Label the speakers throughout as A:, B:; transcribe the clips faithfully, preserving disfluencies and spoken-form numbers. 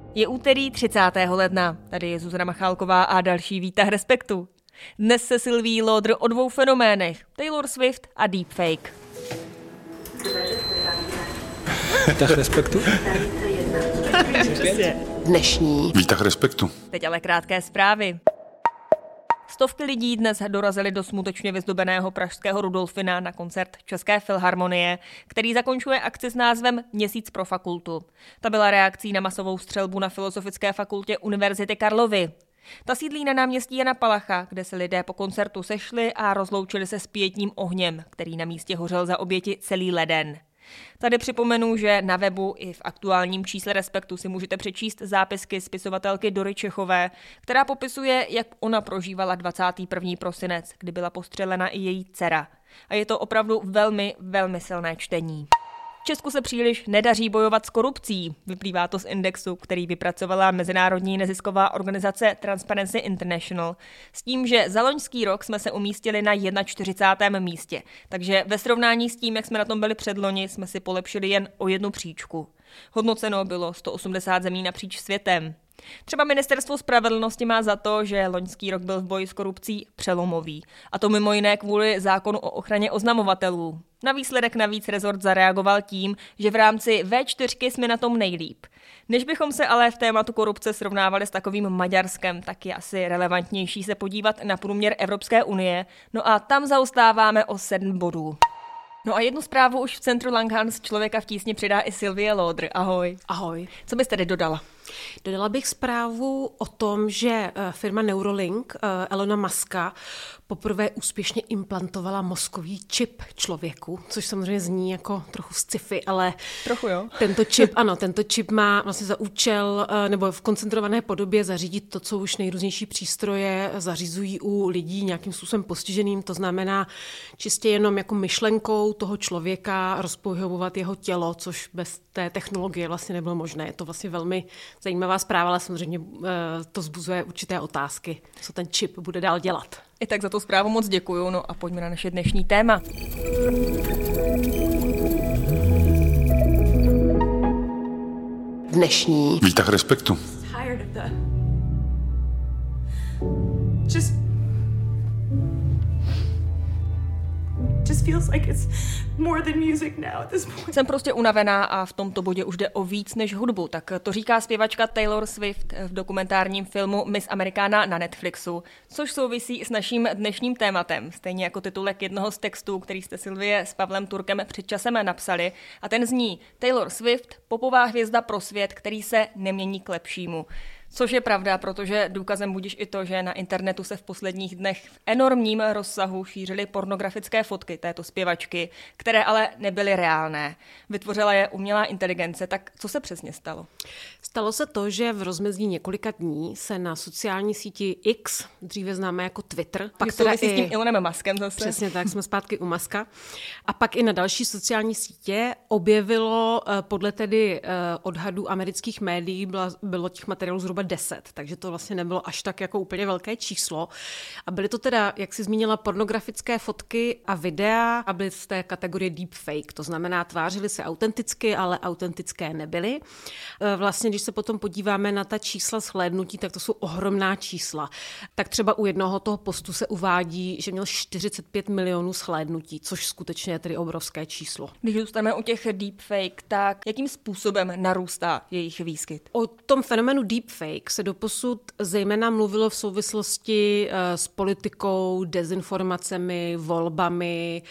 A: Je úterý třicátého ledna. Tady je Zuzana Machálková a další výtah Respektu. Dnes se Sylvie Lauder o dvou fenoménech. Taylor Swift a deepfake.
B: Výtah Respektu?
C: Dnešní
D: Výtah Respektu.
A: Teď ale krátké zprávy. Stovky lidí dnes dorazily do smutečně vyzdobeného pražského Rudolfina na koncert České filharmonie, který zakončuje akci s názvem Měsíc pro fakultu. Ta byla reakcí na masovou střelbu na Filozofické fakultě Univerzity Karlovy. Ta sídlí na náměstí Jana Palacha, kde se lidé po koncertu sešli a rozloučili se s pietním ohněm, který na místě hořel za oběti celý leden. Tady připomenu, že na webu i v aktuálním čísle Respektu si můžete přečíst zápisky spisovatelky Dory Čechové, která popisuje, jak ona prožívala dvacátého prvního prosince, kdy byla postřelena i její dcera. A je to opravdu velmi, velmi silné čtení. Česku se příliš nedaří bojovat s korupcí. Vyplývá to z indexu, který vypracovala mezinárodní nezisková organizace Transparency International, s tím, že za loňský rok jsme se umístili na čtyřicátém prvním místě, takže ve srovnání s tím, jak jsme na tom byli předloni, jsme si polepšili jen o jednu příčku. Hodnoceno bylo sto osmdesát zemí napříč světem. Třeba Ministerstvo spravedlnosti má za to, že loňský rok byl v boji s korupcí přelomový. A to mimo jiné kvůli zákonu o ochraně oznamovatelů. Na výsledek navíc rezort zareagoval tím, že v rámci vé čtyři jsme na tom nejlíp. Než bychom se ale v tématu korupce srovnávali s takovým Maďarskem, tak je asi relevantnější se podívat na průměr Evropské unie. No a tam zaostáváme o sedm bodů. No a jednu zprávu už v centru Langhans Člověka v tísni přidá i Sylvie Lauder. Ahoj.
C: Ahoj.
A: Co bys tedy dodala?
C: Dodala bych zprávu o tom, že firma Neuralink Elona Muska poprvé úspěšně implantovala mozkový čip člověku, což samozřejmě zní jako trochu sci-fi, ale
A: trochu jo.
C: Tento čip, ano, tento čip má vlastně za účel nebo v koncentrované podobě zařídit to, co už nejrůznější přístroje zařizují u lidí nějakým způsobem postiženým, to znamená čistě jenom jako myšlenkou toho člověka rozpohybovat jeho tělo, což bez té technologie vlastně nebylo možné. Je to vlastně velmi zajímavá zpráva, ale samozřejmě to vzbuzuje určité otázky, co ten čip bude dál dělat.
A: I tak za tu zprávu moc děkuju, no a pojďme na naše dnešní téma.
C: Dnešní
D: Výtah Respektu.
E: Tired of that. Just just feels like it's more than music now at this point.
A: Jsem prostě unavená a v tomto bodě už jde o víc než hudbu, tak to říká zpěvačka Taylor Swift v dokumentárním filmu Miss Americana na Netflixu, což souvisí s naším dnešním tématem, stejně jako titulek jednoho z textů, který jste Sylvie s Pavlem Turkem před časem napsali, a ten zní Taylor Swift, popová hvězda pro svět, který se nemění k lepšímu. Což je pravda, protože důkazem budíš i to, že na internetu se v posledních dnech v enormním rozsahu šířily pornografické fotky této zpěvačky, které ale nebyly reálné. Vytvořila je umělá inteligence, tak co se přesně stalo?
C: Stalo se to, že v rozmezí několika dní se na sociální síti X, dříve známé jako Twitter,
A: pak teda i s tím Elonem Muskem zase.
C: Přesně tak, jsme zpátky u Muska. A pak i na další sociální sítě objevilo podle tedy odhadů amerických médií, bylo, bylo těch materiálů zhruba deset, takže to vlastně nebylo až tak jako úplně velké číslo. A byly to teda, jak jsi zmínila, pornografické fotky a videa a byly z té kategorie deepfake, to znamená tvářily se autenticky, ale autentické nebyly. Vlastně, když se potom podíváme na ta čísla shlédnutí, tak to jsou ohromná čísla. Tak třeba u jednoho toho postu se uvádí, že měl čtyřicet pět milionů shlédnutí, což skutečně je tedy obrovské číslo.
A: Když zůstaneme u těch deepfake, tak jakým způsobem narůstá jejich výskyt?
C: O tom fenoménu deepfake se doposud zejména mluvilo v souvislosti s politikou, dezinformacemi, volbami,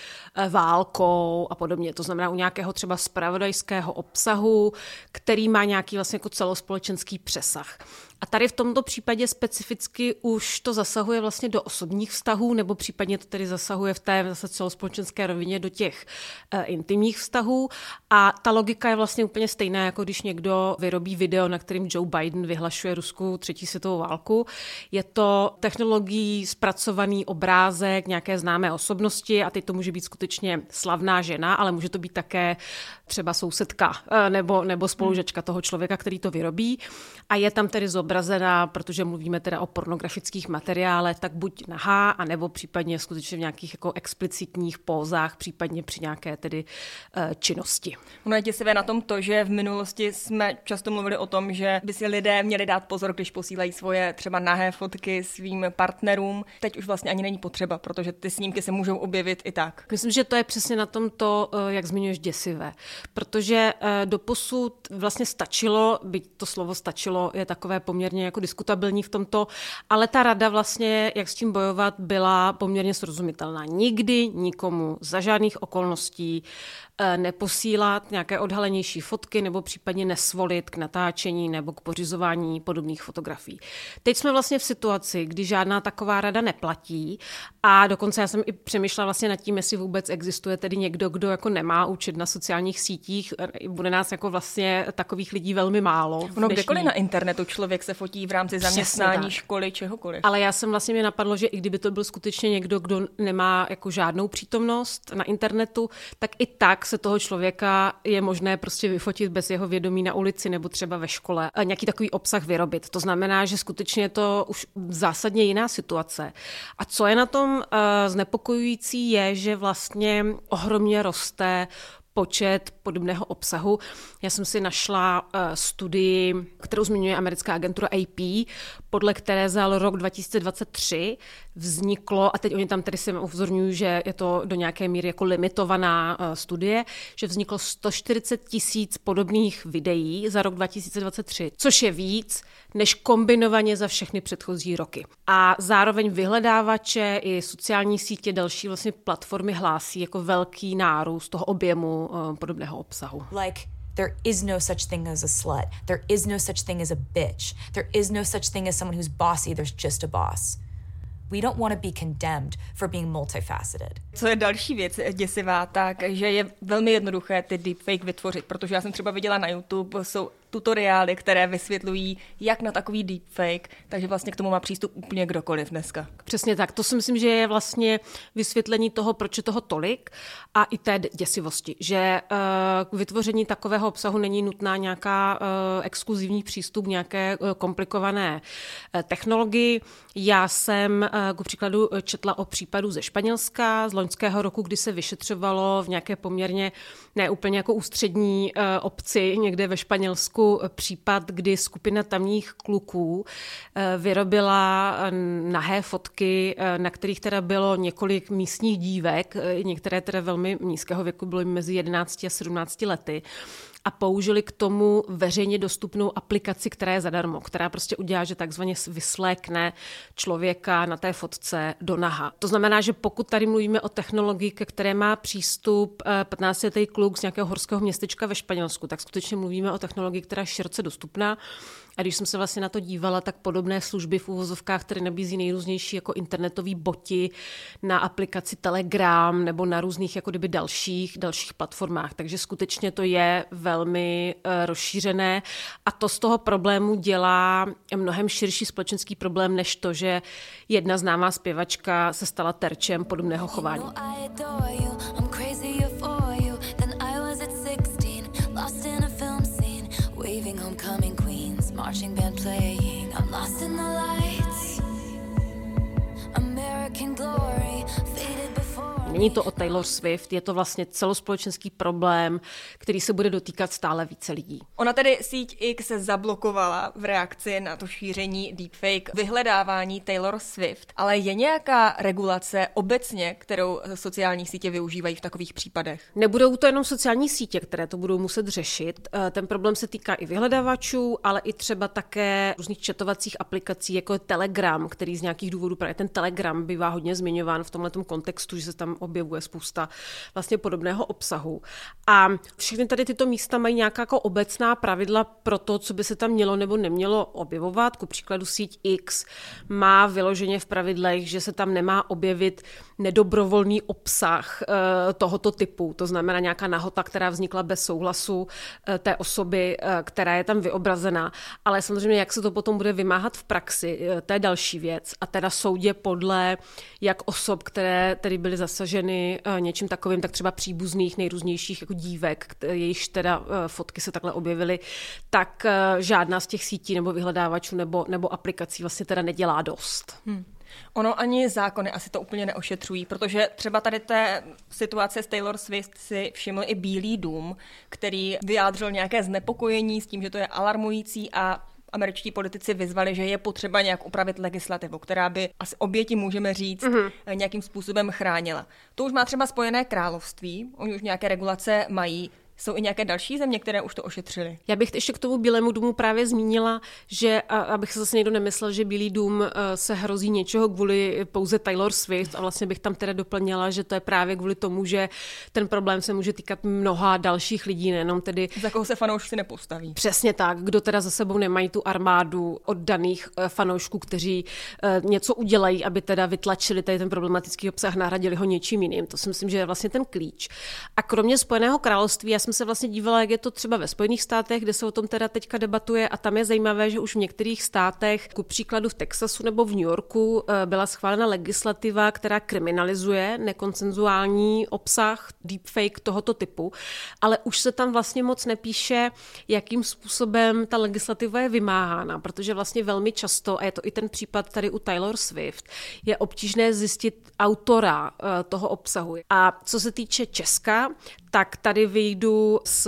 C: válkou a podobně. To znamená u nějakého třeba zpravodajského obsahu, který má nějaký vlastně jako celospolečenský přesah. A tady v tomto případě specificky už to zasahuje vlastně do osobních vztahů, nebo případně to tedy zasahuje v té zase celospolečenské rovině do těch uh, intimních vztahů. A ta logika je vlastně úplně stejná, jako když někdo vyrobí video, na kterým Joe Biden vyhlašuje ruskou třetí světovou válku. Je to technologií zpracovaný obrázek nějaké známé osobnosti a teď to může být skutečně slavná žena, ale může to být také třeba sousedka uh, nebo, nebo spolužačka toho člověka, který to vyrobí. A je tam tedy zobrazená, protože mluvíme teda o pornografických materiálech, tak buď nahá, anebo případně skutečně v nějakých jako explicitních pózách, případně při nějaké tedy uh, činnosti.
A: Ono je děsivé na tom to, že v minulosti jsme často mluvili o tom, že by si lidé měli dát pozor, když posílají svoje třeba nahé fotky svým partnerům. Teď už vlastně ani není potřeba, protože ty snímky se můžou objevit i tak.
C: Myslím, že to je přesně na tom to, jak zmiňuješ, děsivé. Protože doposud vlastně stačilo, byť to slovo stačilo je takové poměrně jako diskutabilní v tomto, ale ta rada vlastně, jak s tím bojovat, byla poměrně srozumitelná. Nikdy nikomu za žádných okolností neposílat nějaké odhalenější fotky nebo případně nesvolit k natáčení nebo k pořizování podobných fotografií. Teď jsme vlastně v situaci, kdy žádná taková rada neplatí a dokonce já jsem i přemýšlela vlastně nad tím, jestli vůbec existuje tedy někdo, kdo jako nemá účet na sociálních sítích. Bude nás jako vlastně takových lidí velmi málo.
A: No kdekoliv na internetu člověk se fotí v rámci zaměstnání, školy, čehokoliv.
C: Ale já jsem vlastně mě napadlo, že i kdyby to byl skutečně někdo, kdo nemá jako žádnou přítomnost na internetu, tak i tak se toho člověka je možné prostě vyfotit bez jeho vědomí na ulici nebo třeba ve škole a nějaký takový obsah vyrobit. To znamená, že skutečně je to už zásadně jiná situace. A co je na tom uh, znepokojující je, že vlastně ohromně roste počet podobného obsahu. Já jsem si našla uh, studii, kterou zmiňuje americká agentura A P, podle které za rok dva tisíce dvacet tři vzniklo, a teď oni tam tedy si upozorňují, že je to do nějaké míry jako limitovaná uh, studie, že vzniklo sto čtyřicet tisíc podobných videí za rok dva tisíce dvacet tři, což je víc než kombinovaně za všechny předchozí roky. A zároveň vyhledávače i sociální sítě, další vlastně platformy hlásí jako velký nárůst toho objemu uh, podobného obsahu.
D: Like, there is no such thing as a slut. There is no such thing as a bitch. There is no such thing as someone who's bossy. There's just a boss. We don't want to be condemned for being multifaceted.
A: Co je další věc děsivá, tak že je velmi jednoduché ty deepfake vytvořit, protože já jsem třeba viděla na YouTube, jsou tutoriály, které vysvětlují, jak na takový deepfake, takže vlastně k tomu má přístup úplně kdokoliv dneska.
C: Přesně tak. To si myslím, že je vlastně vysvětlení toho, proč je toho tolik a i té děsivosti, že uh, k vytvoření takového obsahu není nutná nějaká uh, exkluzivní přístup, nějaké uh, komplikované uh, technologii. Já jsem uh, ku příkladu četla o případu ze Španělska z loňského roku, kdy se vyšetřovalo v nějaké poměrně ne úplně jako ústřední uh, obci někde ve Španělsku případ, kdy skupina tamních kluků vyrobila nahé fotky, na kterých teda bylo několik místních dívek, některé teda velmi nízkého věku, bylo mezi jedenácti a sedmnácti lety. A použili k tomu veřejně dostupnou aplikaci, která je zadarmo, která prostě udělá, že takzvaně vyslékne člověka na té fotce do naha. To znamená, že pokud tady mluvíme o technologii, ke které má přístup patnáctiletý kluk z nějakého horského městečka ve Španělsku, tak skutečně mluvíme o technologii, která je široce dostupná. A když jsem se vlastně na to dívala, tak podobné služby v uvozovkách, které nabízí nejrůznější jako internetový boti na aplikaci Telegram nebo na různých jako kdyby dalších, dalších platformách. Takže skutečně to je velmi uh, rozšířené a to z toho problému dělá mnohem širší společenský problém, než to, že jedna známá zpěvačka se stala terčem podobného chování.
D: Marching band playing, I'm lost in the lights. American glory faded before.
C: Není to o Taylor Swift, je to vlastně celospolečenský problém, který se bude dotýkat stále více lidí.
A: Ona tedy síť X se zablokovala v reakci na to šíření deepfake vyhledávání Taylor Swift, ale je nějaká regulace obecně, kterou sociální sítě využívají v takových případech?
C: Nebudou to jenom sociální sítě, které to budou muset řešit. Ten problém se týká i vyhledávačů, ale i třeba také různých chatovacích aplikací, jako je Telegram, který z nějakých důvodů právě ten Telegram bývá hodně zmiňován v tomhletom kontextu, že se tam objevuje spousta vlastně podobného obsahu. A všechny tady tyto místa mají nějaká jako obecná pravidla pro to, co by se tam mělo nebo nemělo objevovat. Ku příkladu síť X má vyloženě v pravidlech, že se tam nemá objevit nedobrovolný obsah e, tohoto typu. To znamená nějaká nahota, která vznikla bez souhlasu e, té osoby, e, která je tam vyobrazená. Ale samozřejmě, jak se to potom bude vymáhat v praxi, e, to je další věc. A teda soudě podle jak osob, které tedy byly zasaženy zasaženy něčím takovým, tak třeba příbuzných nejrůznějších jako dívek, jejichž teda fotky se takhle objevily, tak žádná z těch sítí nebo vyhledávačů nebo, nebo aplikací vlastně teda nedělá dost. Hmm.
A: Ono ani zákony asi to úplně neošetřují, protože třeba tady té situace s Taylor Swift si všiml i Bílý dům, který vyjádřil nějaké znepokojení s tím, že to je alarmující a američtí politici vyzvali, že je potřeba nějak upravit legislativu, která by asi oběti, můžeme říct, mm-hmm. nějakým způsobem chránila. To už má třeba Spojené království, oni už nějaké regulace mají. Jsou i nějaké další země, které už to ošetřily?
C: Já bych ještě k tomu Bílému domu právě zmínila, že abych se zase někdo nemyslel, že Bílý dům se hrozí něčeho kvůli pouze Taylor Swift a vlastně bych tam teda doplnila, že to je právě kvůli tomu, že ten problém se může týkat mnoha dalších lidí, nejenom tedy...
A: Za koho se fanoušci nepostaví.
C: Přesně tak, kdo teda za sebou nemají tu armádu oddaných fanoušků, kteří něco udělají, aby teda vytlačili tady ten problematický obsah, nahradili ho něčím jiným. To si myslím, že je vlastně ten klíč. A kromě Spojeného království, já jsem se vlastně dívala, jak je to třeba ve Spojených státech, kde se o tom teda teďka debatuje a tam je zajímavé, že už v některých státech, ku příkladu v Texasu nebo v New Yorku, byla schválena legislativa, která kriminalizuje nekonsenzuální obsah, deepfake tohoto typu, ale už se tam vlastně moc nepíše, jakým způsobem ta legislativa je vymáhána, protože vlastně velmi často, a je to i ten případ tady u Taylor Swift, je obtížné zjistit autora toho obsahu. A co se týče Česka, tak tady vyjdu z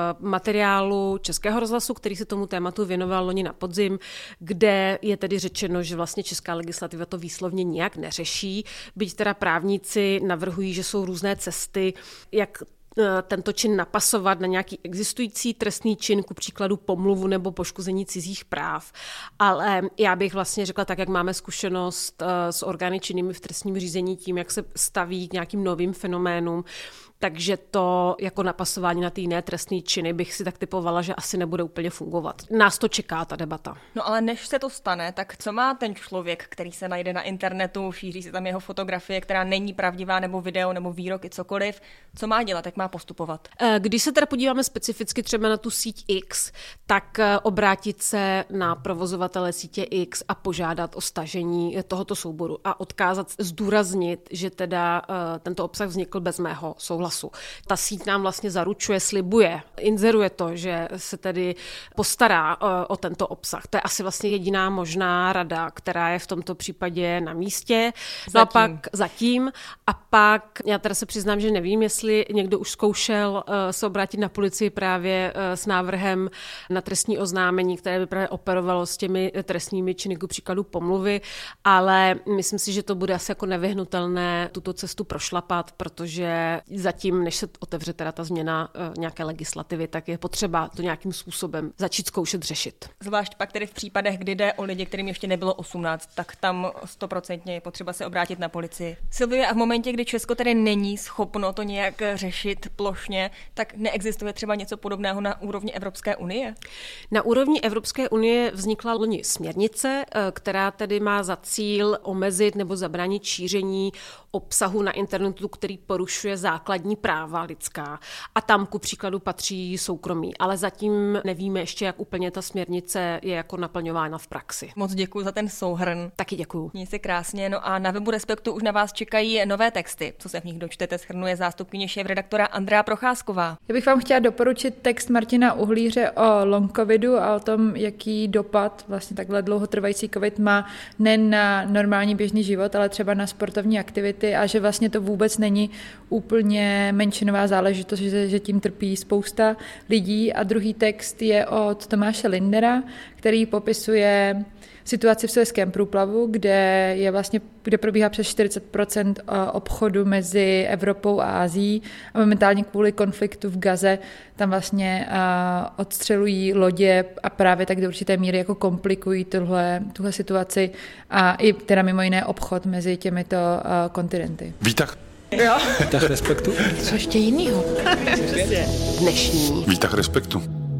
C: materiálu Českého rozhlasu, který se tomu tématu věnoval loni na podzim, kde je tedy řečeno, že vlastně česká legislativa to výslovně nijak neřeší, byť teda právníci navrhují, že jsou různé cesty, jak tento čin napasovat na nějaký existující trestný čin, ku příkladu pomluvu nebo poškození cizích práv. Ale já bych vlastně řekla tak, jak máme zkušenost s orgány činnými v trestním řízení tím, jak se staví k nějakým novým fenoménům, takže to jako napasování na ty jiné trestné činy bych si tak typovala, že asi nebude úplně fungovat. Nás to čeká, ta debata.
A: No ale než se to stane, tak co má ten člověk, který se najde na internetu, šíří se tam jeho fotografie, která není pravdivá, nebo video, nebo výroky, cokoliv, co má dělat, jak má postupovat?
C: Když se teda podíváme specificky třeba na tu síť X, tak obrátit se na provozovatele sítě X a požádat o stažení tohoto souboru a odkázat, zdůraznit, že teda tento obsah vznikl bez mého souhlasu. Ta síť nám vlastně zaručuje, slibuje, inzeruje to, že se tedy postará o tento obsah. To je asi vlastně jediná možná rada, která je v tomto případě na místě.
A: Zatím.
C: A pak zatím. A pak, já teda se přiznám, že nevím, jestli někdo už zkoušel se obrátit na policii právě s návrhem na trestní oznámení, které by právě operovalo s těmi trestními činy, ku příkladu pomluvy, ale myslím si, že to bude asi jako nevyhnutelné tuto cestu prošlapat, protože zatím, než se otevře teda ta změna e, nějaké legislativy, tak je potřeba to nějakým způsobem začít zkoušet řešit.
A: Zvlášť pak tedy v případech, kdy jde o lidi, kterým ještě nebylo osmnáct, tak tam stoprocentně je potřeba se obrátit na policii. Silvie, a v momentě, kdy Česko tedy není schopno to nějak řešit plošně, tak neexistuje třeba něco podobného na úrovni Evropské unie?
C: Na úrovni Evropské unie vznikla loni směrnice, která tedy má za cíl omezit nebo zabránit šíření obsahu na internetu, který porušuje základní práva lidská. A tam ku příkladu patří soukromí. Ale zatím nevíme ještě, jak úplně ta směrnice je jako naplňována v praxi.
A: Moc děkuji za ten souhrn.
C: Taky děkuju.
A: Měj se krásně. No a na webu Respektu už na vás čekají nové texty. Co se v nich dočtete, shrnuje zástupkyně šéfredaktora Andrea Procházková.
F: Já bych vám chtěla doporučit text Martina Uhlíře o long covidu a o tom, jaký dopad vlastně takhle dlouhotrvající covid má nejen na normální běžný život, ale třeba na sportovní aktivity a že vlastně to vůbec není úplně menšinová záležitost, že, že tím trpí spousta lidí. A druhý text je od Tomáše Lindnera, který popisuje situaci v Suezském průplavu, kde je vlastně, kde probíhá přes čtyřicet procent obchodu mezi Evropou a Asií a momentálně kvůli konfliktu v Gaze tam vlastně odstřelují lodě a právě tak do určité míry jako komplikují tuhle, tuhle situaci a i teda mimo jiné obchod mezi těmito kontinenty.
G: Výtah.
A: Jo.
B: Výtah Respektu.
C: Co ještě jinýho? Dnešní.
G: Výtah Respektu.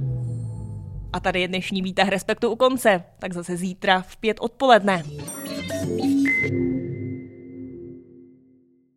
A: A tady je dnešní výtah Respektu u konce. Tak zase zítra v pět odpoledne.